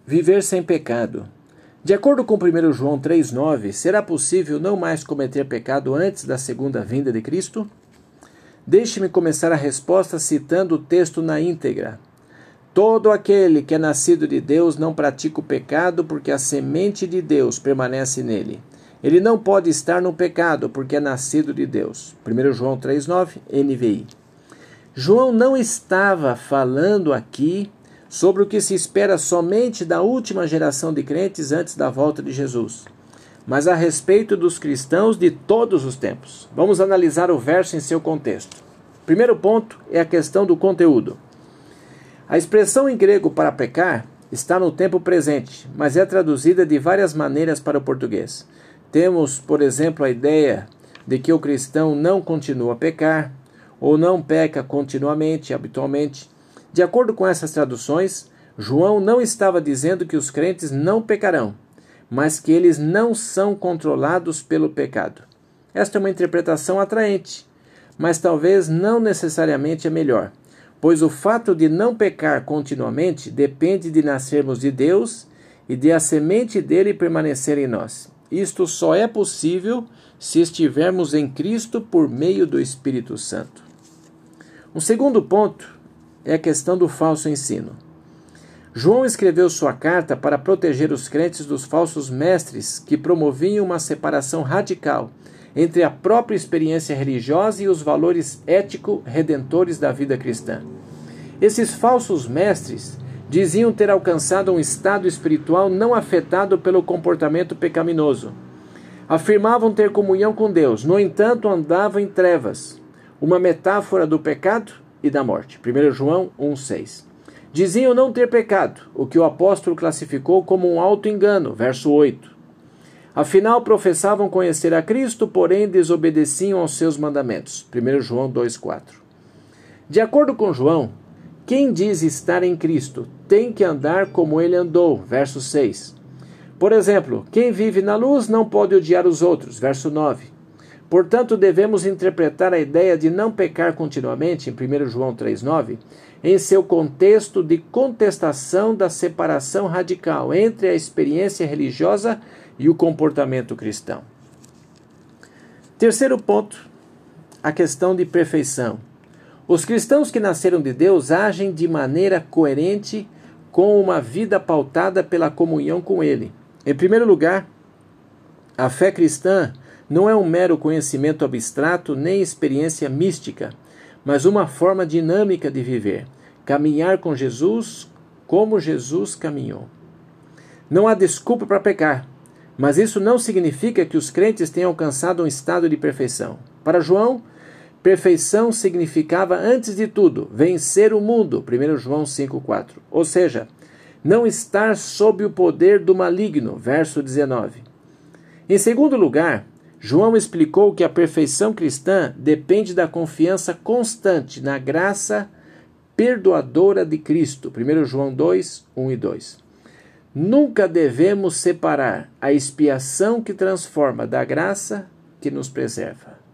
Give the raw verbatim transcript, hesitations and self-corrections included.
Viver sem pecado. De acordo com primeiro João três, nove, será possível não mais cometer pecado antes da segunda vinda de Cristo? Deixe-me começar a resposta citando o texto na íntegra. Todo aquele que é nascido de Deus não pratica o pecado, porque a semente de Deus permanece nele. Ele não pode estar no pecado, porque é nascido de Deus. primeiro João três, nove, N V I. João não estava falando aqui sobre o que se espera somente da última geração de crentes antes da volta de Jesus, mas a respeito dos cristãos de todos os tempos. Vamos analisar o verso em seu contexto. Primeiro ponto é a questão do conteúdo. A expressão em grego para pecar está no tempo presente, mas é traduzida de várias maneiras para o português. Temos, por exemplo, a ideia de que o cristão não continua a pecar, ou não peca continuamente, habitualmente. De acordo com essas traduções, João não estava dizendo que os crentes não pecarão, mas que eles não são controlados pelo pecado. Esta é uma interpretação atraente, mas talvez não necessariamente a melhor, pois o fato de não pecar continuamente depende de nascermos de Deus e de a semente dele permanecer em nós. Isto só é possível se estivermos em Cristo por meio do Espírito Santo. Um segundo ponto é a questão do falso ensino. João escreveu sua carta para proteger os crentes dos falsos mestres que promoviam uma separação radical entre a própria experiência religiosa e os valores ético-redentores da vida cristã. Esses falsos mestres diziam ter alcançado um estado espiritual não afetado pelo comportamento pecaminoso. Afirmavam ter comunhão com Deus, no entanto andavam em trevas, uma metáfora do pecado e da morte. primeiro João um, seis. Diziam não ter pecado, o que o apóstolo classificou como um auto-engano, verso oito. Afinal, professavam conhecer a Cristo, porém desobedeciam aos seus mandamentos. primeiro João dois, quatro. De acordo com João, quem diz estar em Cristo tem que andar como ele andou, verso seis. Por exemplo, quem vive na luz não pode odiar os outros, verso nove. Portanto, devemos interpretar a ideia de não pecar continuamente, em primeiro João três, nove, em seu contexto de contestação da separação radical entre a experiência religiosa e o comportamento cristão. Terceiro ponto, a questão de perfeição. Os cristãos que nasceram de Deus agem de maneira coerente com uma vida pautada pela comunhão com Ele. Em primeiro lugar, a fé cristã não é um mero conhecimento abstrato nem experiência mística, mas uma forma dinâmica de viver, caminhar com Jesus como Jesus caminhou. Não há desculpa para pecar, mas isso não significa que os crentes tenham alcançado um estado de perfeição. Para João, perfeição significava, antes de tudo, vencer o mundo, primeiro João cinco, quatro. Ou seja, não estar sob o poder do maligno, verso dezenove. Em segundo lugar, João explicou que a perfeição cristã depende da confiança constante na graça perdoadora de Cristo, primeiro João dois, um e dois. Nunca devemos separar a expiação que transforma da graça que nos preserva.